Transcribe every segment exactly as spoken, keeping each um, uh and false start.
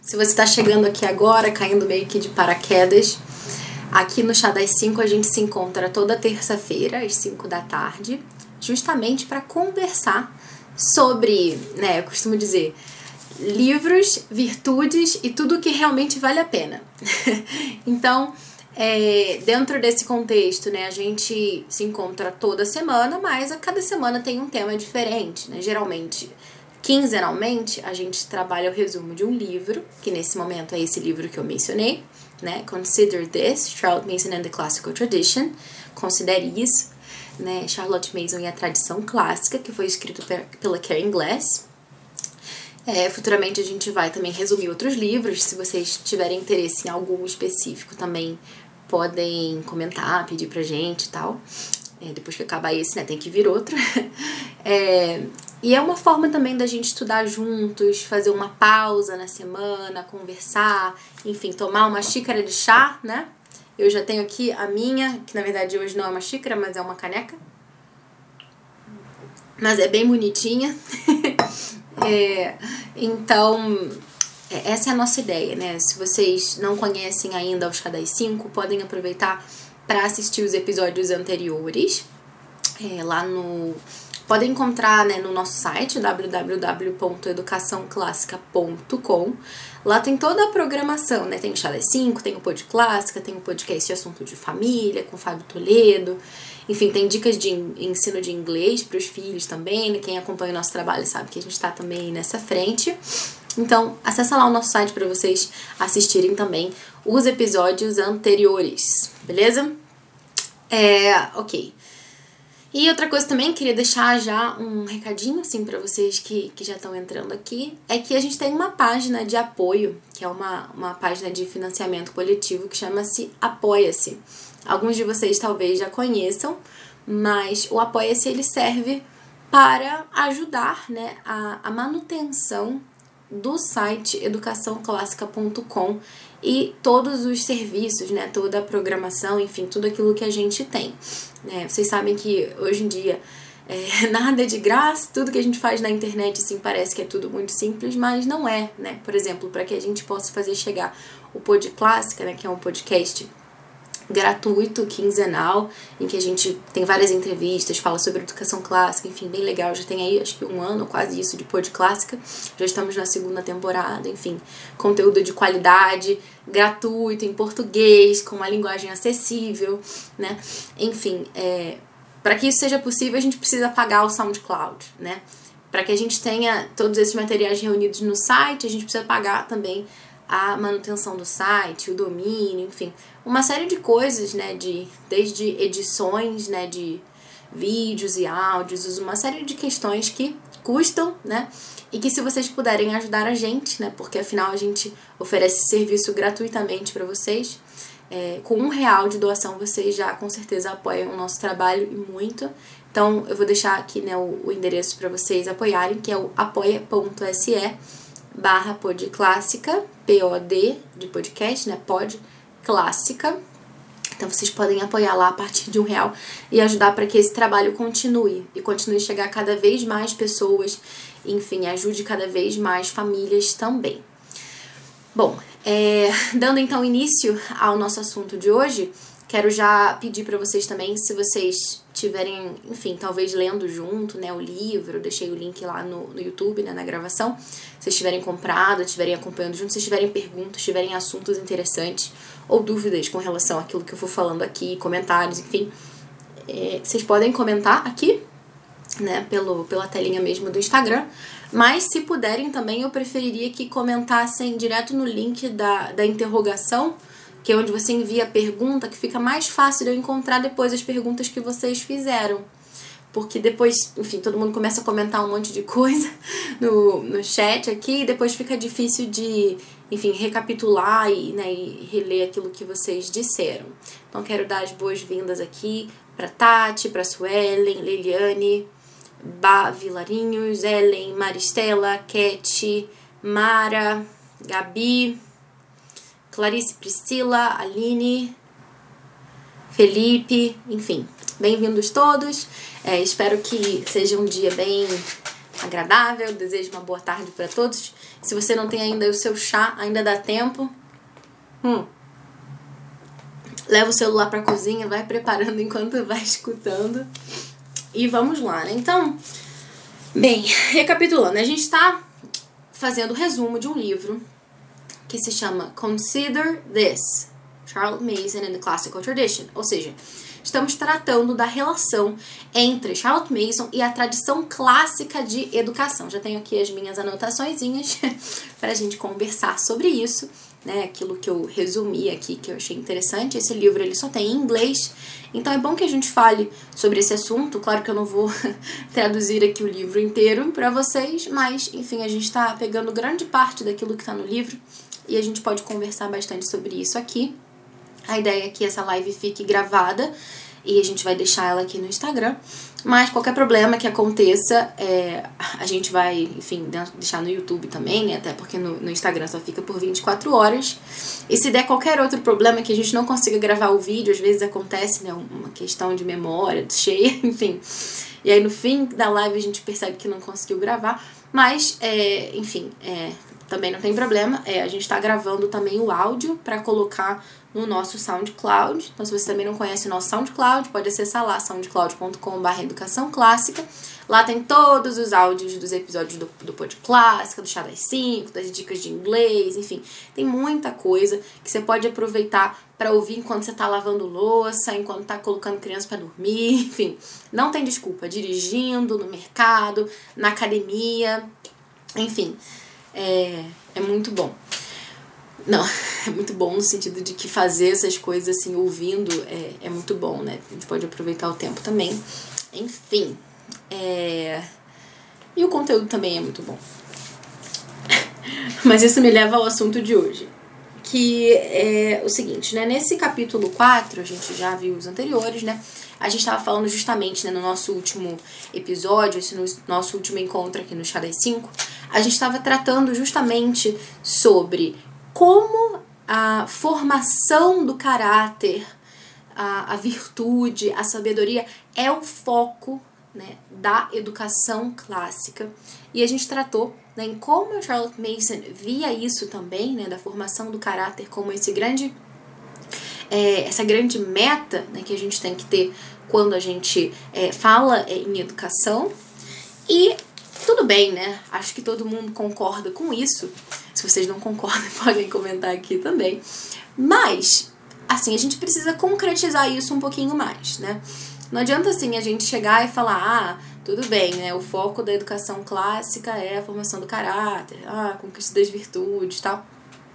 Se você está chegando aqui agora, caindo meio que de paraquedas, aqui no Chá das cinco a gente se encontra toda terça-feira, às cinco da tarde, justamente para conversar sobre, né, eu costumo dizer, livros, virtudes e tudo que realmente vale a pena. Então, é, dentro desse contexto, né, a gente se encontra toda semana, mas a cada semana tem um tema diferente, né? Geralmente, quinzenalmente, a gente trabalha o resumo de um livro, que nesse momento é esse livro que eu mencionei, né? Consider This, Charlotte Mason and the Classical Tradition. Considere isso, né? Charlotte Mason e a Tradição Clássica, que foi escrito pela Karen Glass. É, futuramente a gente vai também resumir outros livros. Se vocês tiverem interesse em algum específico também podem comentar, pedir pra gente e tal. É, depois que acabar esse, né, tem que vir outro. É, e é uma forma também da gente estudar juntos, fazer uma pausa na semana, conversar, enfim, tomar uma xícara de chá, né? Eu já tenho aqui a minha, que na verdade hoje não é uma xícara, mas é uma caneca. Mas é bem bonitinha. É, então, essa é a nossa ideia, né? Se vocês não conhecem ainda o Chá das cinco, podem aproveitar para assistir os episódios anteriores. É, lá no... Podem encontrar, né, no nosso site, w w w ponto educação clássica ponto com. Lá tem toda a programação, né? Tem o Chá das cinco, tem o Pod Clássica, tem o podcast de assunto de família, com o Fábio Toledo. Enfim, tem dicas de ensino de inglês para os filhos também, né? Quem acompanha o nosso trabalho sabe que a gente está também nessa frente. Então, acessa lá o nosso site para vocês assistirem também os episódios anteriores, beleza? É, ok. E outra coisa também, queria deixar já um recadinho, assim, para vocês que, que já estão entrando aqui, é que a gente tem uma página de apoio, que é uma, uma página de financiamento coletivo que chama-se Apoia-se. Alguns de vocês talvez já conheçam, mas o Apoia-se ele serve para ajudar, né, a, a manutenção do site educação clássica ponto com e todos os serviços, né, toda a programação, enfim, tudo aquilo que a gente tem. É, vocês sabem que hoje em dia é, nada é de graça, tudo que a gente faz na internet assim, parece que é tudo muito simples, mas não é, né? Por exemplo, para que a gente possa fazer chegar o Pod Clássica, né, que é um podcast gratuito, quinzenal, em que a gente tem várias entrevistas, fala sobre educação clássica, enfim, bem legal. Já tem aí, acho que um ano, quase isso, de Pod Clássica. Já estamos na segunda temporada, enfim. Conteúdo de qualidade, gratuito, em português, com uma linguagem acessível, né? Enfim, é, para que isso seja possível, a gente precisa pagar o SoundCloud, né? Para que a gente tenha todos esses materiais reunidos no site, a gente precisa pagar também a manutenção do site, o domínio, enfim, uma série de coisas, né, de, desde edições, né, de vídeos e áudios, uma série de questões que custam, né, e que se vocês puderem ajudar a gente, né, porque afinal a gente oferece serviço gratuitamente para vocês, é, com um real de doação vocês já com certeza apoiam o nosso trabalho e muito. Então eu vou deixar aqui, né, o, o endereço para vocês apoiarem, que é o apoia.se barra Pod Clássica, P O D de podcast, né, Pod Clássica. Então vocês podem apoiar lá a partir de um real e ajudar para que esse trabalho continue e continue a chegar a cada vez mais pessoas, enfim, ajude cada vez mais famílias também. Bom, é, dando então início ao nosso assunto de hoje, quero já pedir para vocês também, se vocês tiverem, enfim, talvez lendo junto, né, o livro, eu deixei o link lá no, no YouTube, né, na gravação, se vocês tiverem comprado, estiverem acompanhando junto, se vocês tiverem perguntas, tiverem assuntos interessantes ou dúvidas com relação àquilo que eu for falando aqui, comentários, enfim, é, vocês podem comentar aqui, né, pelo, pela telinha mesmo do Instagram, mas se puderem também, eu preferiria que comentassem direto no link da, da interrogação, que é onde você envia a pergunta, que fica mais fácil de eu encontrar depois as perguntas que vocês fizeram. Porque depois, enfim, todo mundo começa a comentar um monte de coisa no, no chat aqui, e depois fica difícil de, enfim, recapitular e, né, e reler aquilo que vocês disseram. Então, quero dar as boas-vindas aqui para Tati, para Suelen, Liliane, Bá Vilarinhos, Ellen, Maristela, Cat, Mara, Gabi, Clarice, Priscila, Aline, Felipe, enfim, bem-vindos todos. É, espero que seja um dia bem agradável, desejo uma boa tarde para todos Se você não tem ainda o seu chá, ainda dá tempo. Hum. Leva o celular pra cozinha, vai preparando enquanto vai escutando. E vamos lá, né? Então, bem, recapitulando, a gente tá fazendo o resumo de um livro que se chama Consider This, Charlotte Mason and the Classical Tradition. Ou seja, estamos tratando da relação entre Charlotte Mason e a tradição clássica de educação. Já tenho aqui as minhas anotaçõezinhas para a gente conversar sobre isso, né? Aquilo que eu resumi aqui, que eu achei interessante. Esse livro ele só tem em inglês, então é bom que a gente fale sobre esse assunto. Claro que eu não vou traduzir aqui o livro inteiro para vocês, mas, enfim, a gente está pegando grande parte daquilo que está no livro e a gente pode conversar bastante sobre isso aqui. A ideia é que essa live fique gravada e a gente vai deixar ela aqui no Instagram. Mas qualquer problema que aconteça, é, a gente vai, enfim, deixar no YouTube também, né? Até porque no, no Instagram só fica por vinte e quatro horas. E se der qualquer outro problema que a gente não consiga gravar o vídeo, às vezes acontece, né? Uma questão de memória, de cheia, enfim. E aí no fim da live a gente percebe que não conseguiu gravar. Mas, é, enfim, é, também não tem problema. É, a gente tá gravando também o áudio para colocar no nosso SoundCloud. Então, se você também não conhece o nosso SoundCloud, pode acessar lá, soundcloud ponto com barra educação clássica. Lá tem todos os áudios dos episódios do, do Pod Clássica, do Chá das cinco, das dicas de inglês, enfim. Tem muita coisa que você pode aproveitar para ouvir enquanto você tá lavando louça, enquanto tá colocando criança para dormir, enfim. Não tem desculpa, dirigindo, no mercado, na academia, enfim. É, é muito bom. Não, é muito bom no sentido de que fazer essas coisas assim, ouvindo, é, é muito bom, né? A gente pode aproveitar o tempo também. Enfim, é... e o conteúdo também é muito bom. Mas isso me leva ao assunto de hoje, que é o seguinte, né? Nesse capítulo quatro, a gente já viu os anteriores, né? A gente estava falando justamente, né, no nosso último episódio, esse no nosso último encontro aqui no Chá das cinco, a gente estava tratando justamente sobre como a formação do caráter, a, a virtude, a sabedoria é o foco, né, da educação clássica. E a gente tratou, né, em como a Charlotte Mason via isso também, né, da formação do caráter como esse grande, é, essa grande meta, né, que a gente tem que ter quando a gente é, fala é, em educação. E tudo bem, né? Acho que todo mundo concorda com isso. Se vocês não concordam, podem comentar aqui também. Mas, assim, a gente precisa concretizar isso um pouquinho mais, né? Não adianta, assim, a gente chegar e falar, ah, tudo bem, né? O foco da educação clássica é a formação do caráter, ah, a conquista das virtudes e tal.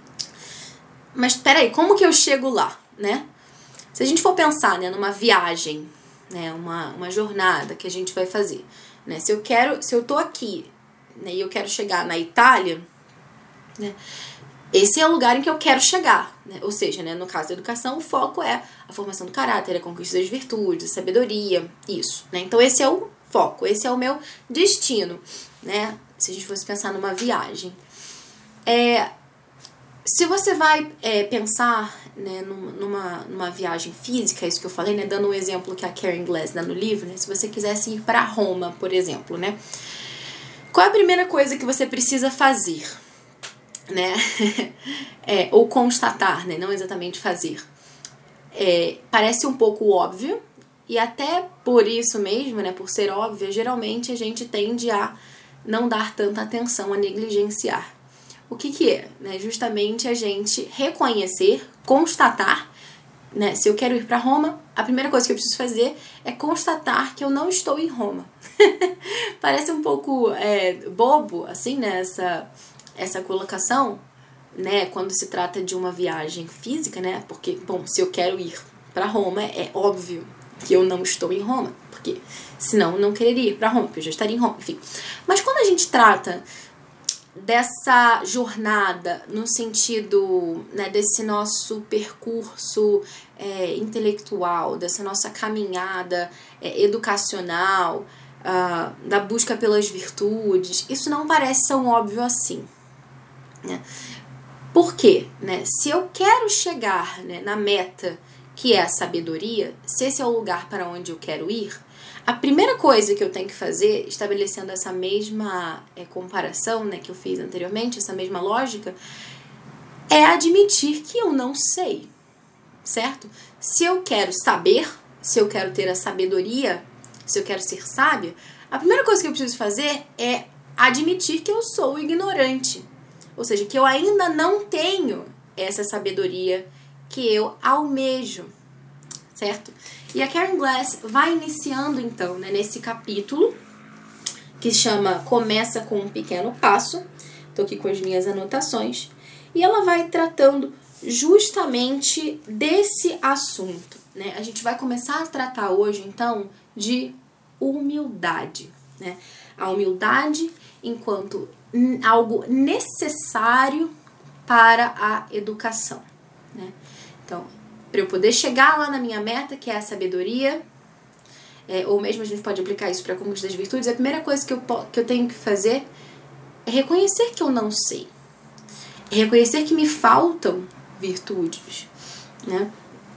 Mas, peraí, como que eu chego lá, né? Se a gente for pensar, né, numa viagem, né, uma, uma jornada que a gente vai fazer, né? Se eu quero, se eu tô aqui, né, e eu quero chegar na Itália, né, esse é o lugar em que eu quero chegar, né? Ou seja, né, no caso da educação, o foco é a formação do caráter, a conquista das virtudes, a sabedoria, isso, né? Então esse é o foco, esse é o meu destino, né? Se a gente fosse pensar numa viagem. É, se você vai é, pensar, né, numa, numa viagem física, isso que eu falei, né, dando um exemplo que a Karen Glass dá no livro, né, se você quisesse ir para Roma, por exemplo, né, qual é a primeira coisa que você precisa fazer, né, é, ou constatar, né, não exatamente fazer? É, parece um pouco óbvio, e até por isso mesmo, né, por ser óbvio, geralmente a gente tende a não dar tanta atenção, a negligenciar. O que que é? Né? Justamente a gente reconhecer, constatar, né? Se eu quero ir para Roma, a primeira coisa que eu preciso fazer é constatar que eu não estou em Roma. Parece um pouco é, bobo, assim, né? Essa, essa colocação, né? Quando se trata de uma viagem física, né? Porque, bom, se eu quero ir para Roma, é óbvio que eu não estou em Roma, porque senão eu não quereria ir para Roma, porque eu já estaria em Roma, enfim. Mas quando a gente trata dessa jornada no sentido, né, desse nosso percurso é, intelectual, dessa nossa caminhada é, educacional, uh, da busca pelas virtudes, isso não parece tão óbvio assim, né? Por quê? Né? Se eu quero chegar, né, na meta que é a sabedoria, se esse é o lugar para onde eu quero ir, a primeira coisa que eu tenho que fazer, estabelecendo essa mesma é, comparação, né, que eu fiz anteriormente, essa mesma lógica, é admitir que eu não sei, certo? Se eu quero saber, se eu quero ter a sabedoria, se eu quero ser sábia, a primeira coisa que eu preciso fazer é admitir que eu sou ignorante. Ou seja, que eu ainda não tenho essa sabedoria que eu almejo, certo? E a Karen Glass vai iniciando, então, né, nesse capítulo, que chama Começa com um Pequeno Passo. Estou aqui com as minhas anotações. E ela vai tratando justamente desse assunto, né? A gente vai começar a tratar hoje, então, de humildade, né? A humildade enquanto algo necessário para a educação, né? Então, para eu poder chegar lá na minha meta, que é a sabedoria, é, ou mesmo a gente pode aplicar isso para a conquista das virtudes, a primeira coisa que eu, que eu tenho que fazer é reconhecer que eu não sei. É reconhecer que me faltam virtudes, né?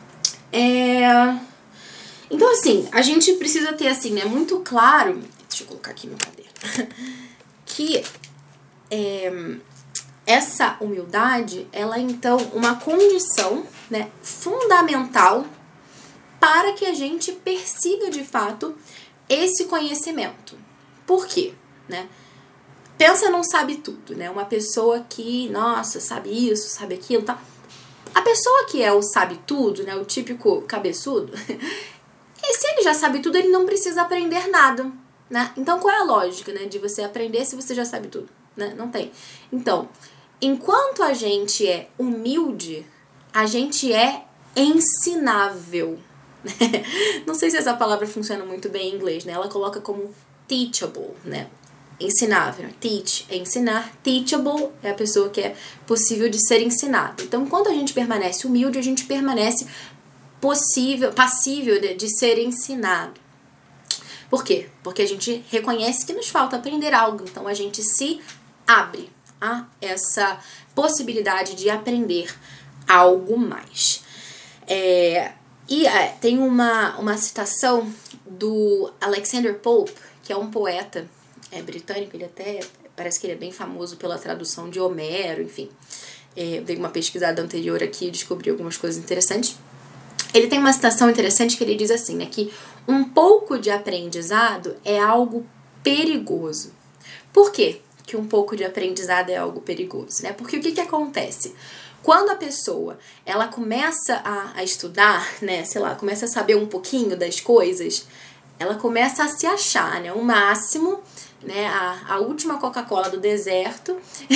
É... Então, assim, a gente precisa ter, assim, né, muito claro... Deixa eu colocar aqui meu caderno. Que é, essa humildade, ela é, então, uma condição, né, fundamental para que a gente persiga, de fato, esse conhecimento. Por quê? Né? Pensa num sabe tudo, né? Uma pessoa que, nossa, sabe isso, sabe aquilo, tá? A pessoa que é o sabe tudo, né, o típico cabeçudo, e se ele já sabe tudo, ele não precisa aprender nada, né? Então, qual é a lógica, né, de você aprender se você já sabe tudo, né? Não tem. Então, enquanto a gente é humilde, a gente é ensinável. Não sei se essa palavra funciona muito bem em inglês, né? Ela coloca como teachable, né? Ensinável. Teach é ensinar. Teachable é a pessoa que é possível de ser ensinada. Então, enquanto a gente permanece humilde, a gente permanece possível, passível de, de ser ensinado. Por quê? Porque a gente reconhece que nos falta aprender algo. Então, a gente se abre a essa possibilidade de aprender algo mais. É, e é, tem uma, uma citação do Alexander Pope, que é um poeta é, britânico. Ele até parece que ele é bem famoso pela tradução de Homero, enfim. É, eu dei uma pesquisada anterior aqui e descobri algumas coisas interessantes. Ele tem uma citação interessante que ele diz assim, né, que um pouco de aprendizado é algo perigoso. Por quê que um pouco de aprendizado é algo perigoso, né? Porque o que que acontece? Quando a pessoa, ela começa a, a estudar, né, sei lá, começa a saber um pouquinho das coisas, ela começa a se achar, né, o máximo, né, a, a última Coca-Cola do deserto,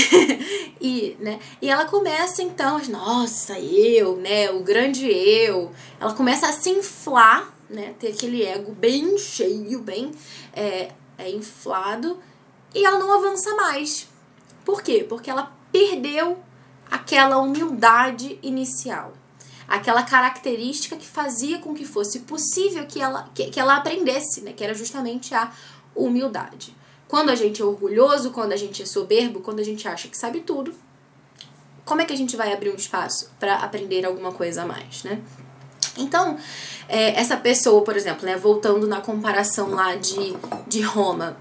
e, né, e ela começa então, nossa, eu, né, o grande eu, ela começa a se inflar, né, ter aquele ego bem cheio, bem é, é, inflado, e ela não avança mais. Por quê? Porque ela perdeu aquela humildade inicial, aquela característica que fazia com que fosse possível que ela, que, que ela aprendesse, né, que era justamente a humildade. Quando a gente é orgulhoso, quando a gente é soberbo, quando a gente acha que sabe tudo, como é que a gente vai abrir um espaço para aprender alguma coisa a mais, né? Então, é, essa pessoa, por exemplo, né, voltando na comparação lá de, de Roma,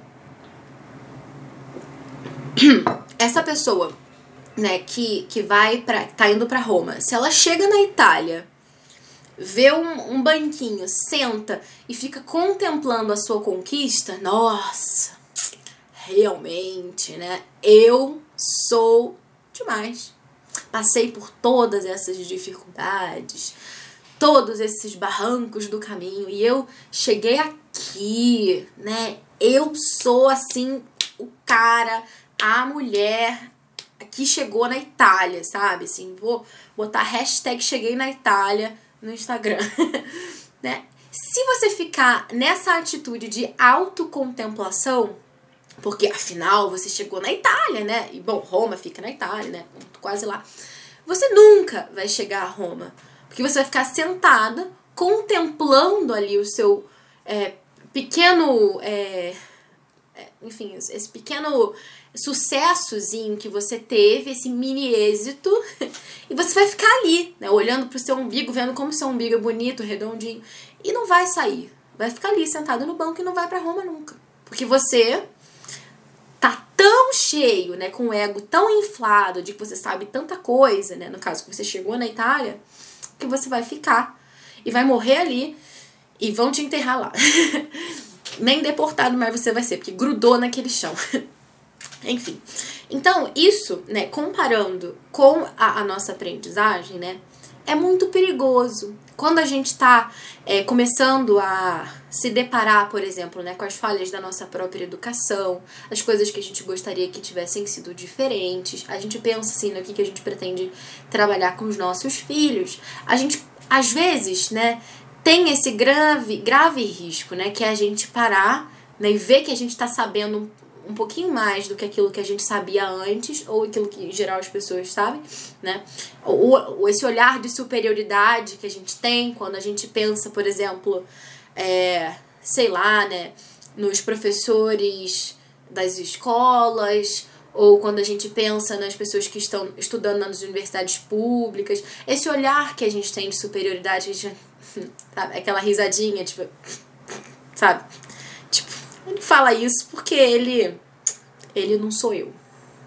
essa pessoa, né, que, que vai pra, tá indo para Roma, se ela chega na Itália, vê um, um banquinho, senta e fica contemplando a sua conquista, nossa, realmente, né, eu sou demais. Passei por todas essas dificuldades, todos esses barrancos do caminho, e eu cheguei aqui, né, eu sou, assim, o cara, a mulher que chegou na Itália, sabe? Assim, vou botar hashtag cheguei na Itália no Instagram, né? Se você ficar nessa atitude de autocontemplação, porque afinal você chegou na Itália, né? E bom, Roma fica na Itália, né? Quase lá. Você nunca vai chegar a Roma, porque você vai ficar sentada contemplando ali o seu é, pequeno, é, enfim, esse pequeno sucessozinho que você teve, esse mini êxito, e você vai ficar ali, né, olhando pro seu umbigo, vendo como seu umbigo é bonito, redondinho, e não vai sair, vai ficar ali sentado no banco e não vai pra Roma nunca. Porque você tá tão cheio, né, com o ego tão inflado de que você sabe tanta coisa, né, no caso que você chegou na Itália, que você vai ficar e vai morrer ali e vão te enterrar lá. Nem deportado mais você vai ser, porque grudou naquele chão. Enfim. Então, isso, né, comparando com a, a nossa aprendizagem, né, é muito perigoso. Quando a gente tá é, começando a se deparar, por exemplo, né, com as falhas da nossa própria educação, as coisas que a gente gostaria que tivessem sido diferentes, a gente pensa assim no que, que a gente pretende trabalhar com os nossos filhos, a gente, às vezes, né, tem esse grave, grave risco, né, que é a gente parar, né, e ver que a gente tá sabendo um pouquinho mais do que aquilo que a gente sabia antes, ou aquilo que em geral as pessoas sabem, né? Ou, ou esse olhar de superioridade que a gente tem quando a gente pensa, por exemplo, é, sei lá, né, nos professores das escolas, ou quando a gente pensa nas pessoas que estão estudando nas universidades públicas, esse olhar que a gente tem de superioridade, a gente, sabe, aquela risadinha, tipo, sabe? Tipo, ele fala isso porque ele, ele não sou eu.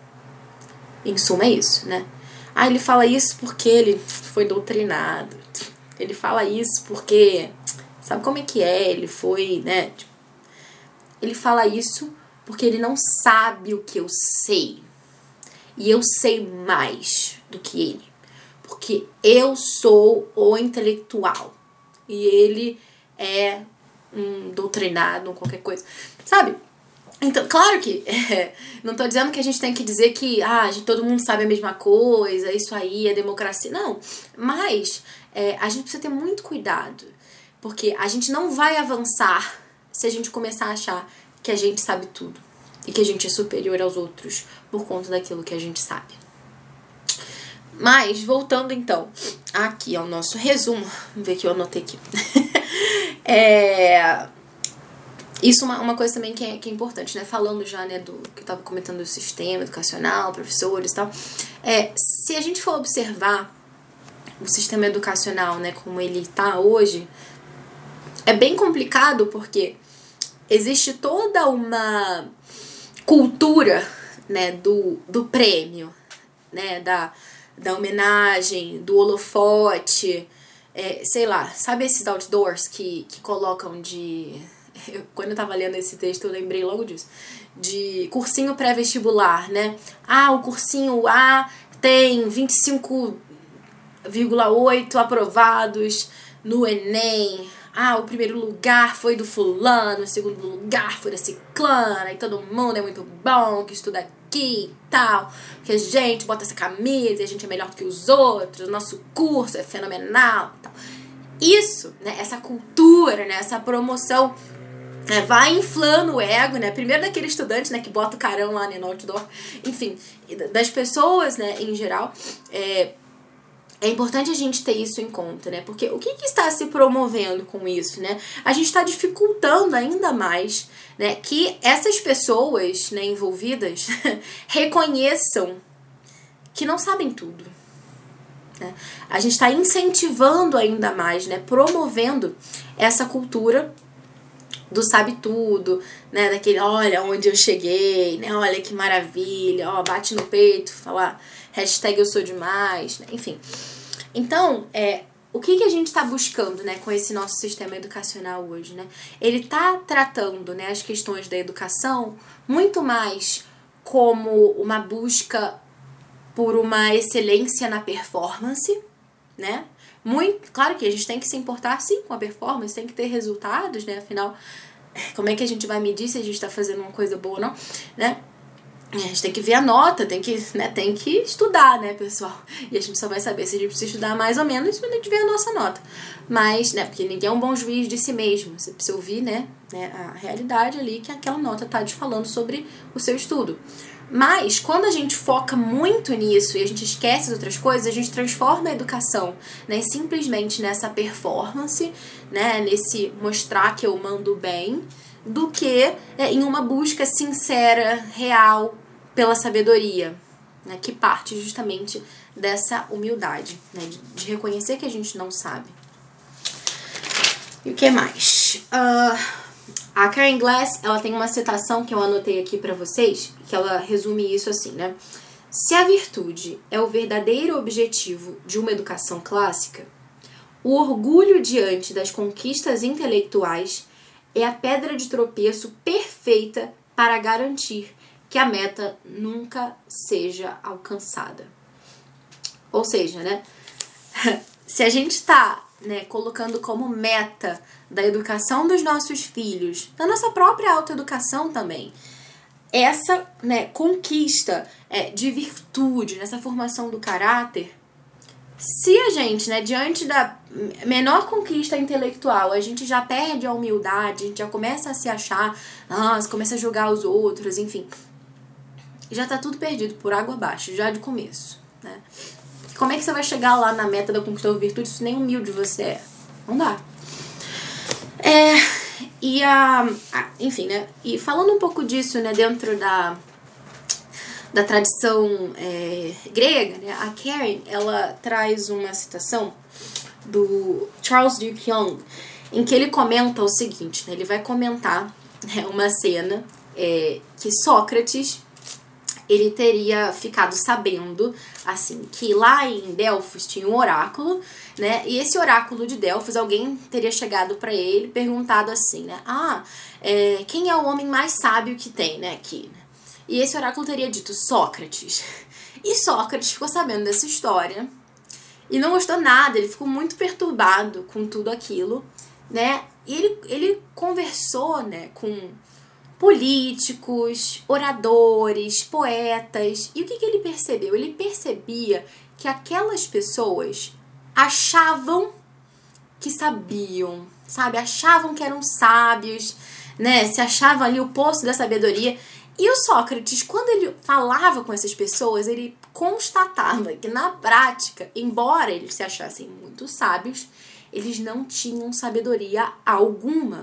Em suma é isso, né? Ah, ele fala isso porque ele foi doutrinado. Ele fala isso porque... Sabe como é que é? Ele foi, né? Ele fala isso porque ele não sabe o que eu sei. E eu sei mais do que ele. Porque eu sou o intelectual. E ele é... um doutrinado, qualquer coisa, sabe? Então, claro que é, não tô dizendo que a gente tem que dizer que ah, a gente, todo mundo sabe a mesma coisa, isso aí é democracia, não, mas é, a gente precisa ter muito cuidado, porque a gente não vai avançar se a gente começar a achar que a gente sabe tudo e que a gente é superior aos outros por conta daquilo que a gente sabe. Mas, voltando então aqui ao nosso resumo, vamos ver que eu anotei aqui. É, isso é uma, uma coisa também que é, que é importante, né? Falando já, né, do que eu tava comentando do sistema educacional, professores e tal. É, se a gente for observar o sistema educacional, né, como ele tá hoje, é bem complicado porque existe toda uma cultura, né, do, do prêmio, né, da, da homenagem, do holofote. É, sei lá, sabe esses outdoors que, que colocam de... Eu, quando eu tava lendo esse texto, eu lembrei logo disso. De cursinho pré-vestibular, né? Ah, o cursinho A tem vinte e cinco vírgula oito aprovados no Enem. Ah, o primeiro lugar foi do fulano, o segundo lugar foi da ciclana, e todo mundo é muito bom, que estuda aqui e tal, que a gente bota essa camisa e a gente é melhor do que os outros, o nosso curso é fenomenal e tal. Isso, né, essa cultura, né, essa promoção, né, vai inflando o ego, né, primeiro daquele estudante, né, que bota o carão lá, né, no outdoor, enfim, das pessoas, né, em geral. é É importante a gente ter isso em conta, né? Porque o que, que está se promovendo com isso, né? A gente está dificultando ainda mais, né, que essas pessoas, né, envolvidas reconheçam que não sabem tudo, né? A gente está incentivando ainda mais, né, promovendo essa cultura do sabe tudo, né, daquele olha onde eu cheguei, né, olha que maravilha, ó, bate no peito, falar hashtag eu sou demais, né? Enfim. Então, é, o que, que a gente está buscando, né, com esse nosso sistema educacional hoje, né? Ele está tratando, né, as questões da educação muito mais como uma busca por uma excelência na performance, né? Muito, claro que a gente tem que se importar, sim, com a performance, tem que ter resultados, né? Afinal, como é que a gente vai medir se a gente está fazendo uma coisa boa ou não, né? A gente tem que ver a nota, tem que, né, tem que estudar, né, pessoal? E a gente só vai saber se a gente precisa estudar mais ou menos quando a gente ver a nossa nota. Mas, né, porque ninguém é um bom juiz de si mesmo. Você precisa ouvir, né, né a realidade ali que aquela nota tá te falando sobre o seu estudo. Mas, quando a gente foca muito nisso e a gente esquece as outras coisas, a gente transforma a educação, né, simplesmente nessa performance, né, nesse mostrar que eu mando bem, do que é, em uma busca sincera, real, pela sabedoria, né, que parte justamente dessa humildade, né, de, de reconhecer que a gente não sabe. E o que mais? Mas uh, a Karen Glass, ela tem uma citação que eu anotei aqui pra vocês, que ela resume isso assim, né? Se a virtude é o verdadeiro objetivo de uma educação clássica, o orgulho diante das conquistas intelectuais é a pedra de tropeço perfeita para garantir que a meta nunca seja alcançada. Ou seja, né? Se a gente está, né, colocando como meta da educação dos nossos filhos, da nossa própria autoeducação também, essa, né, conquista é, de virtude, nessa formação do caráter, se a gente, né, diante da menor conquista intelectual, a gente já perde a humildade, a gente já começa a se achar, nossa, começa a julgar os outros, enfim, já tá tudo perdido por água abaixo, já de começo, né? Como é que você vai chegar lá na meta da conquista da virtude se nem humilde você é? Não dá. É, e a, a, enfim, né? E falando um pouco disso, né, dentro da, da tradição é, grega, né, a Karen, ela traz uma citação do Charles Duke Young, em que ele comenta o seguinte, né, ele vai comentar, né, uma cena é, que Sócrates, ele teria ficado sabendo, assim, que lá em Delfos tinha um oráculo, né? E esse oráculo de Delfos, alguém teria chegado para ele e perguntado assim, né? Ah, é, quem é o homem mais sábio que tem, né, aqui? E esse oráculo teria dito Sócrates. E Sócrates ficou sabendo dessa história e não gostou nada, ele ficou muito perturbado com tudo aquilo, né? E ele, ele conversou, né, com políticos, oradores, poetas. E o que, que ele percebeu? Ele percebia que aquelas pessoas achavam que sabiam, sabe? Achavam que eram sábios, né? Se achavam ali o poço da sabedoria. E o Sócrates, quando ele falava com essas pessoas, ele constatava que na prática, embora eles se achassem muito sábios, eles não tinham sabedoria alguma.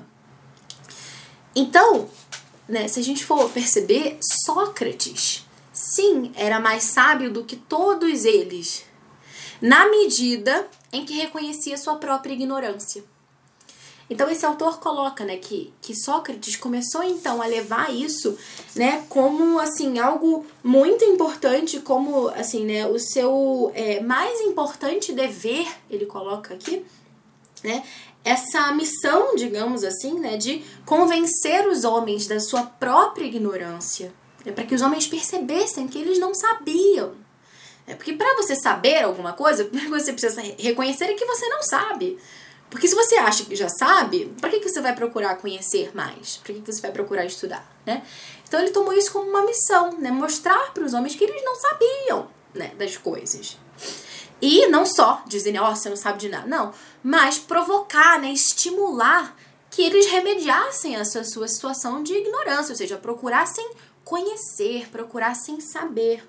Então, né, se a gente for perceber, Sócrates, sim, era mais sábio do que todos eles, na medida em que reconhecia sua própria ignorância. Então esse autor coloca, né, que, que Sócrates começou então a levar isso, né, como assim, algo muito importante, como assim, né, o seu é, mais importante dever, ele coloca aqui, né, essa missão, digamos assim, né, de convencer os homens da sua própria ignorância, né, para que os homens percebessem que eles não sabiam. É, porque para você saber alguma coisa, a primeira coisa que você precisa reconhecer é que você não sabe. Porque se você acha que já sabe, para que você vai procurar conhecer mais? Para que você vai procurar estudar, né? Então ele tomou isso como uma missão, né, mostrar para os homens que eles não sabiam, né, das coisas. E não só dizer, ó, oh, você não sabe de nada, não, mas provocar, né, estimular que eles remediassem essa sua situação de ignorância, ou seja, procurassem conhecer, procurassem saber.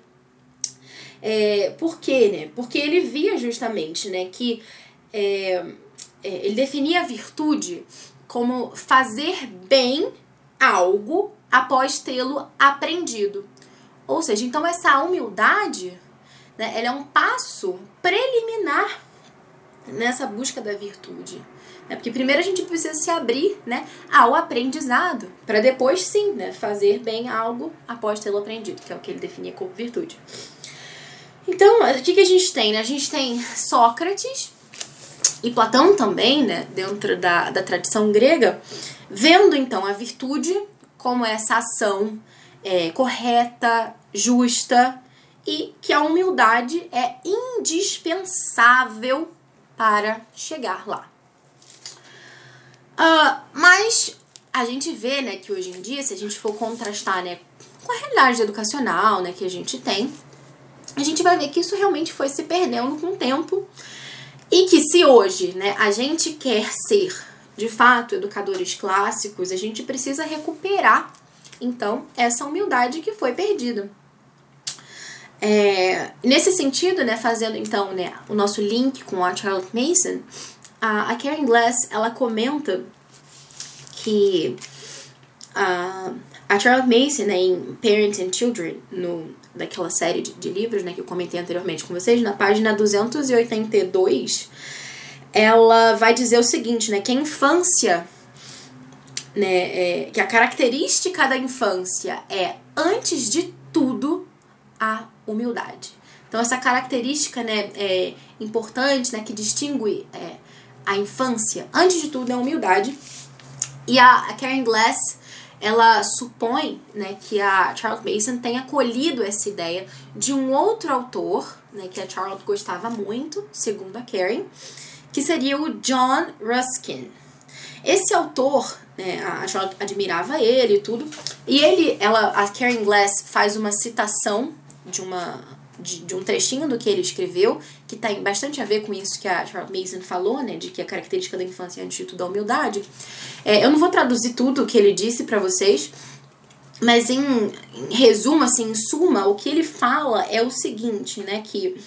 É, por quê, né? Porque ele via justamente, né, que é, é, ele definia a virtude como fazer bem algo após tê-lo aprendido. Ou seja, então essa humildade, né, ela é um passo preliminar nessa busca da virtude. Né? Porque primeiro a gente precisa se abrir, né, ao aprendizado, para depois sim, né, fazer bem algo após tê-lo aprendido, que é o que ele definia como virtude. Então, o que, que a gente tem? Né? A gente tem Sócrates e Platão também, né, dentro da, da tradição grega, vendo então a virtude como essa ação é, correta, justa, e que a humildade é indispensável para chegar lá. Uh, mas a gente vê, né, que hoje em dia, se a gente for contrastar, né, com a realidade educacional, né, que a gente tem, a gente vai ver que isso realmente foi se perdendo com o tempo e que se hoje, né, a gente quer ser, de fato, educadores clássicos, a gente precisa recuperar, então, essa humildade que foi perdida. É, nesse sentido, né, fazendo então, né, o nosso link com a Charlotte Mason, a, a Karen Glass, ela comenta que a, a Charlotte Mason, né, em Parents and Children, no, daquela série de, de livros, né, que eu comentei anteriormente com vocês, na página duzentos e oitenta e dois, ela vai dizer o seguinte, né, que a infância né, é, que a característica da infância é, antes de tudo, a humildade. Então, essa característica, né, é importante, né, que distingue é, a infância, antes de tudo, é a humildade. E a, a Karen Glass, ela supõe, né, que a Charlotte Mason tenha colhido essa ideia de um outro autor, né, que a Charlotte gostava muito, segundo a Karen, que seria o John Ruskin. Esse autor, né, a Charlotte admirava ele e tudo, e ele, ela, a Karen Glass faz uma citação de, uma, de, de um trechinho do que ele escreveu, que tem bastante a ver com isso que a Charlotte Mason falou, né, de que a característica da infância é, antes de tudo, a humildade. É, eu não vou traduzir tudo o que ele disse para vocês, mas em, em resumo, assim, em suma, o que ele fala é o seguinte, né, que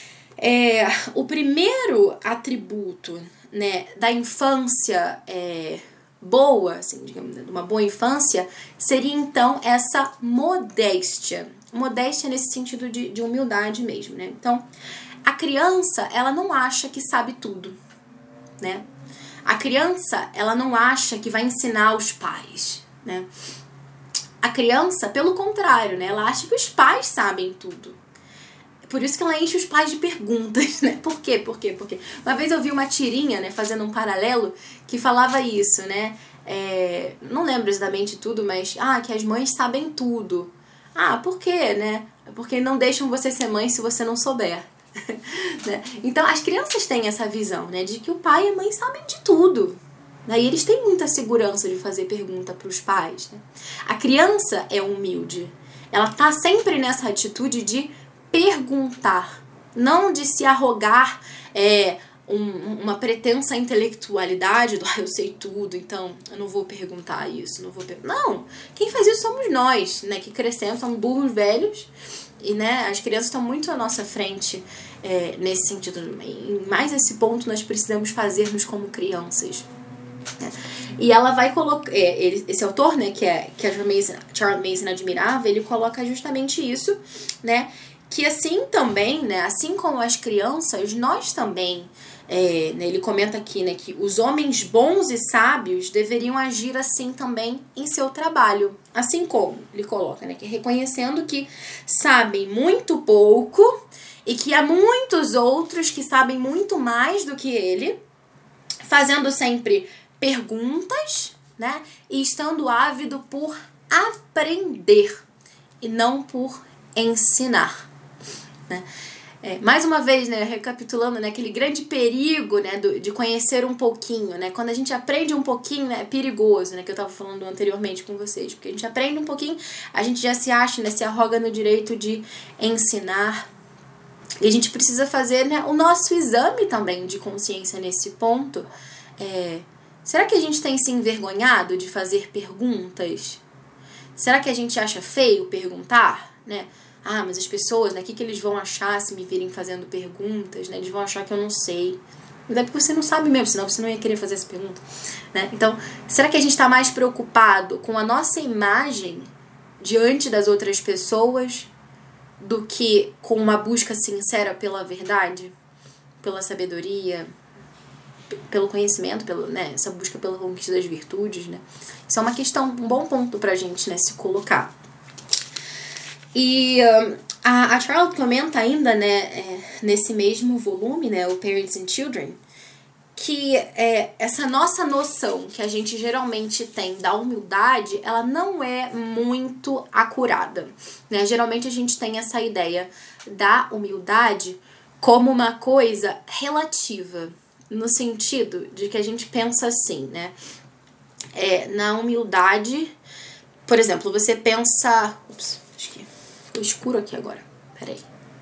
é, o primeiro atributo, né, da infância é, boa, assim, digamos, de uma boa infância, seria então essa modéstia. Modéstia nesse sentido de, de humildade mesmo, né? Então, a criança, ela não acha que sabe tudo, né? A criança, ela não acha que vai ensinar os pais, né? A criança, pelo contrário, né? Ela acha que os pais sabem tudo. Por isso que ela enche os pais de perguntas, né? Por quê? Por quê? Por quê? Uma vez eu vi uma tirinha, né, fazendo um paralelo, que falava isso, né? É, não lembro exatamente tudo, mas... Ah, que as mães sabem tudo. Ah, por quê, né? Porque não deixam você ser mãe se você não souber. Né? Então, as crianças têm essa visão, né? De que o pai e a mãe sabem de tudo. Daí eles têm muita segurança de fazer pergunta para os pais, né? A criança é humilde. Ela tá sempre nessa atitude de perguntar, não de se arrogar é, um, uma pretensa intelectualidade do ah, eu sei tudo, então eu não vou perguntar isso, não vou per... Não, quem faz isso somos nós, né, que crescemos, somos burros velhos, e né, as crianças estão muito à nossa frente é, nesse sentido. Em mais esse ponto nós precisamos fazer-nos como crianças. Né? E ela vai colocar, é, ele, esse autor, né, que, é, que a Charlotte Mason admirava, ele coloca justamente isso, né, que assim também, né, assim como as crianças, nós também, é, né, ele comenta aqui, né, que os homens bons e sábios deveriam agir assim também em seu trabalho. Assim como, ele coloca, né, que reconhecendo que sabem muito pouco e que há muitos outros que sabem muito mais do que ele, fazendo sempre perguntas, né, e estando ávido por aprender e não por ensinar. Né? É, mais uma vez, né, recapitulando, né, aquele grande perigo, né, do, de conhecer um pouquinho, né, quando a gente aprende um pouquinho, né, é perigoso, né, que eu estava falando anteriormente com vocês, porque a gente aprende um pouquinho, a gente já se acha, né, se arroga no direito de ensinar, e a gente precisa fazer, né, o nosso exame também de consciência nesse ponto. É, será que a gente tem se envergonhado de fazer perguntas? Será que a gente acha feio perguntar, né? Ah, mas as pessoas, né, o que, que eles vão achar se me virem fazendo perguntas, né? Eles vão achar que eu não sei. Mas é porque você não sabe mesmo, senão você não ia querer fazer essa pergunta, né? Então, será que a gente está mais preocupado com a nossa imagem diante das outras pessoas do que com uma busca sincera pela verdade, pela sabedoria, p- pelo conhecimento, pelo, né, essa busca pela conquista das virtudes, né? Isso é uma questão, um bom ponto pra gente, né, se colocar. E uh, a, a Charlotte comenta ainda, né, é, nesse mesmo volume, né, o Parents and Children, que é, essa nossa noção que a gente geralmente tem da humildade, ela não é muito acurada, né? Geralmente a gente tem essa ideia da humildade como uma coisa relativa, no sentido de que a gente pensa assim, né? É, na humildade, por exemplo, você pensa... Ups, acho que ficou escuro aqui agora. Peraí.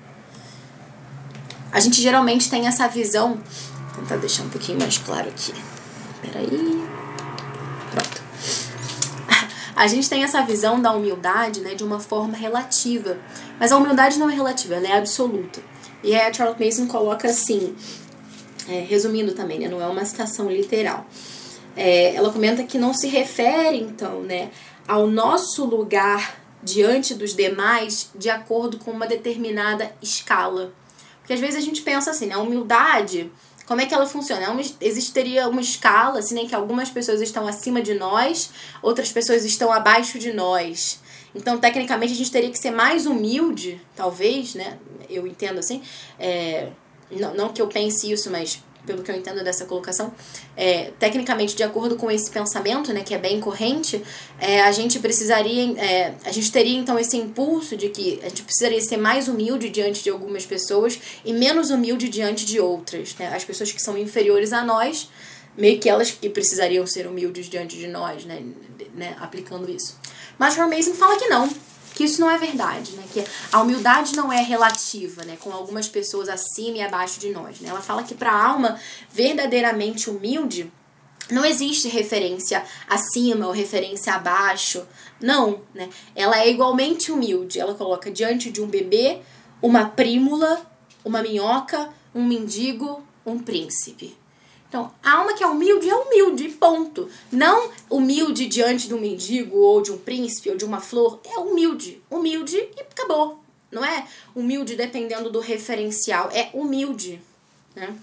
A gente geralmente tem essa visão... Vou tentar deixar um pouquinho mais claro aqui. Peraí. Pronto. A gente tem essa visão da humildade, né, de uma forma relativa. Mas a humildade não é relativa, ela é absoluta. E aí a Charlotte Mason coloca assim, é, resumindo também, né, não é uma citação literal. É, ela comenta que não se refere, então, né, ao nosso lugar diante dos demais de acordo com uma determinada escala. Porque às vezes a gente pensa assim, né, a humildade, Como é que ela funciona? É uma, existiria uma escala, assim, né, que algumas pessoas estão acima de nós, outras pessoas estão abaixo de nós. Então, tecnicamente, a gente teria que ser mais humilde, talvez, né? Eu entendo assim. É, não, não que eu pense isso, mas pelo que eu entendo dessa colocação, é, tecnicamente, de acordo com esse pensamento, né, que é bem corrente, é, a gente precisaria, é, a gente teria então esse impulso de que a gente precisaria ser mais humilde diante de algumas pessoas e menos humilde diante de outras, né? As pessoas que são inferiores a nós, meio que elas que precisariam ser humildes diante de nós, né, né, aplicando isso. Mas Marshall Mason fala que não, que isso não é verdade, né? Que a humildade não é relativa, né? Com algumas pessoas acima e abaixo de nós, né? Ela fala que para a alma verdadeiramente humilde não existe referência acima ou referência abaixo, não, né? Ela é igualmente humilde. Ela coloca diante de um bebê uma prímula, uma minhoca, um mendigo, um príncipe. Então, a alma que é humilde é humilde, ponto. Não humilde diante de um mendigo, ou de um príncipe, ou de uma flor. É humilde. Humilde e acabou. Não é humilde dependendo do referencial. É humilde, né?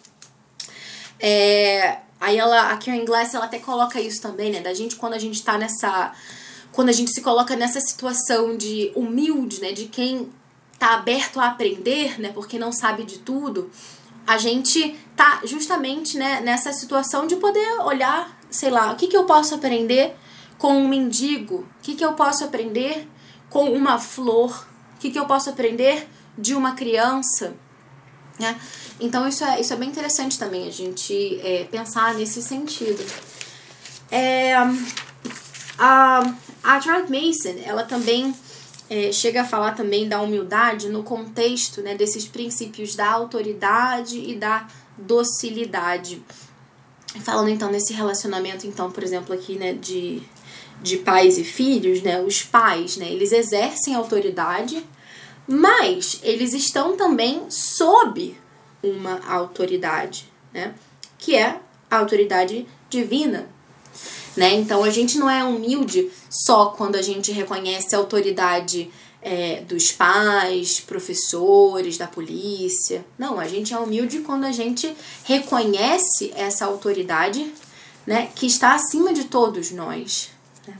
É, aí ela, a Karen Glass, ela até coloca isso também, né? Da gente, quando a gente tá nessa... Quando a gente se coloca nessa situação de humilde, né? De quem tá aberto a aprender, né? Porque não sabe de tudo... A gente tá justamente, né, nessa situação de poder olhar, sei lá, o que, que eu posso aprender com um mendigo? O que, que eu posso aprender com uma flor? O que, que eu posso aprender de uma criança? Né? Então isso é, isso é bem interessante também, a gente é, pensar nesse sentido. É, a, a Charlotte Mason, ela também... É, chega a falar também da humildade no contexto, né, desses princípios da autoridade e da docilidade. Falando então nesse relacionamento, então, por exemplo, aqui, né, de, de pais e filhos, né, os pais, né, eles exercem autoridade, mas eles estão também sob uma autoridade, né, que é a autoridade divina. Né? Então, a gente não é humilde só quando a gente reconhece a autoridade é, dos pais, professores, da polícia. Não, a gente é humilde quando a gente reconhece essa autoridade, né, que está acima de todos nós. Né?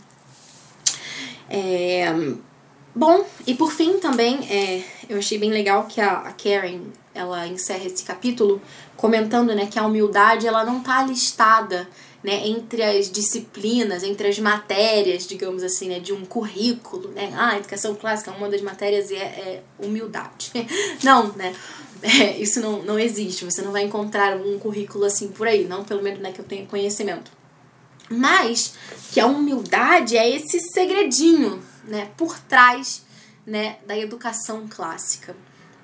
É, bom, e por fim também, é, eu achei bem legal que a, a Karen, ela encerra esse capítulo comentando, né, que a humildade ela não está listada, né, entre as disciplinas, entre as matérias, digamos assim, né, de um currículo, né, ah, educação clássica, uma das matérias é, é humildade. Não, né, é, isso não, não existe, você não vai encontrar um currículo assim por aí, não pelo menos, né, que eu tenha conhecimento. Mas que a humildade é esse segredinho, né, por trás, né, da educação clássica.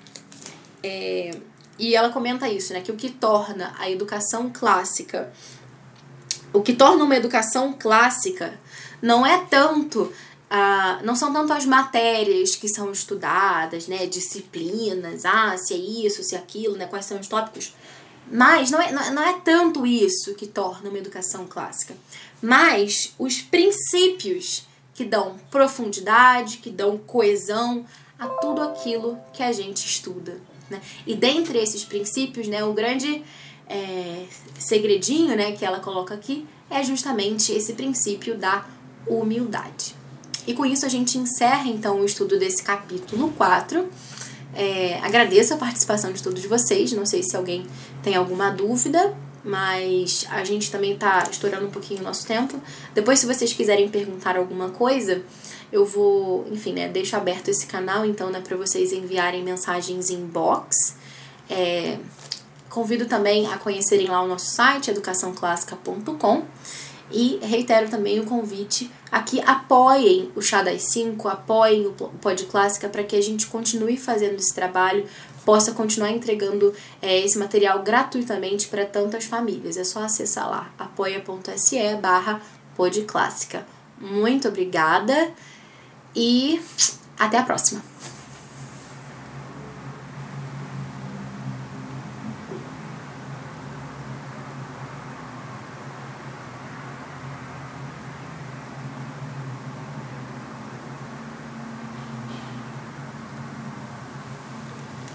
É, e ela comenta isso, né, que o que torna a educação clássica O que torna uma educação clássica não é tanto, ah, não são tanto as matérias que são estudadas, né, disciplinas, ah, se é isso, se é aquilo, né, quais são os tópicos, mas não é, não é tanto isso que torna uma educação clássica, mas os princípios que dão profundidade, que dão coesão a tudo aquilo que a gente estuda, né? E dentre esses princípios, né, o grande É, segredinho, né, que ela coloca aqui é justamente esse princípio da humildade. E com isso a gente encerra então o estudo desse capítulo quatro. É, agradeço a participação de todos vocês, não sei se alguém tem alguma dúvida, mas a gente também tá estourando um pouquinho o nosso tempo. Depois, se vocês quiserem perguntar alguma coisa, eu vou, enfim, né, deixo aberto esse canal, então, né, para vocês enviarem mensagens em inbox. É, Convido também a conhecerem lá o nosso site, educação clássica ponto com, e reitero também o convite a que apoiem o Chá das cinco, apoiem o Pod Clássica para que a gente continue fazendo esse trabalho, possa continuar entregando é, esse material gratuitamente para tantas famílias. É só acessar lá, apoia.se barra podclássica. Muito obrigada e até a próxima!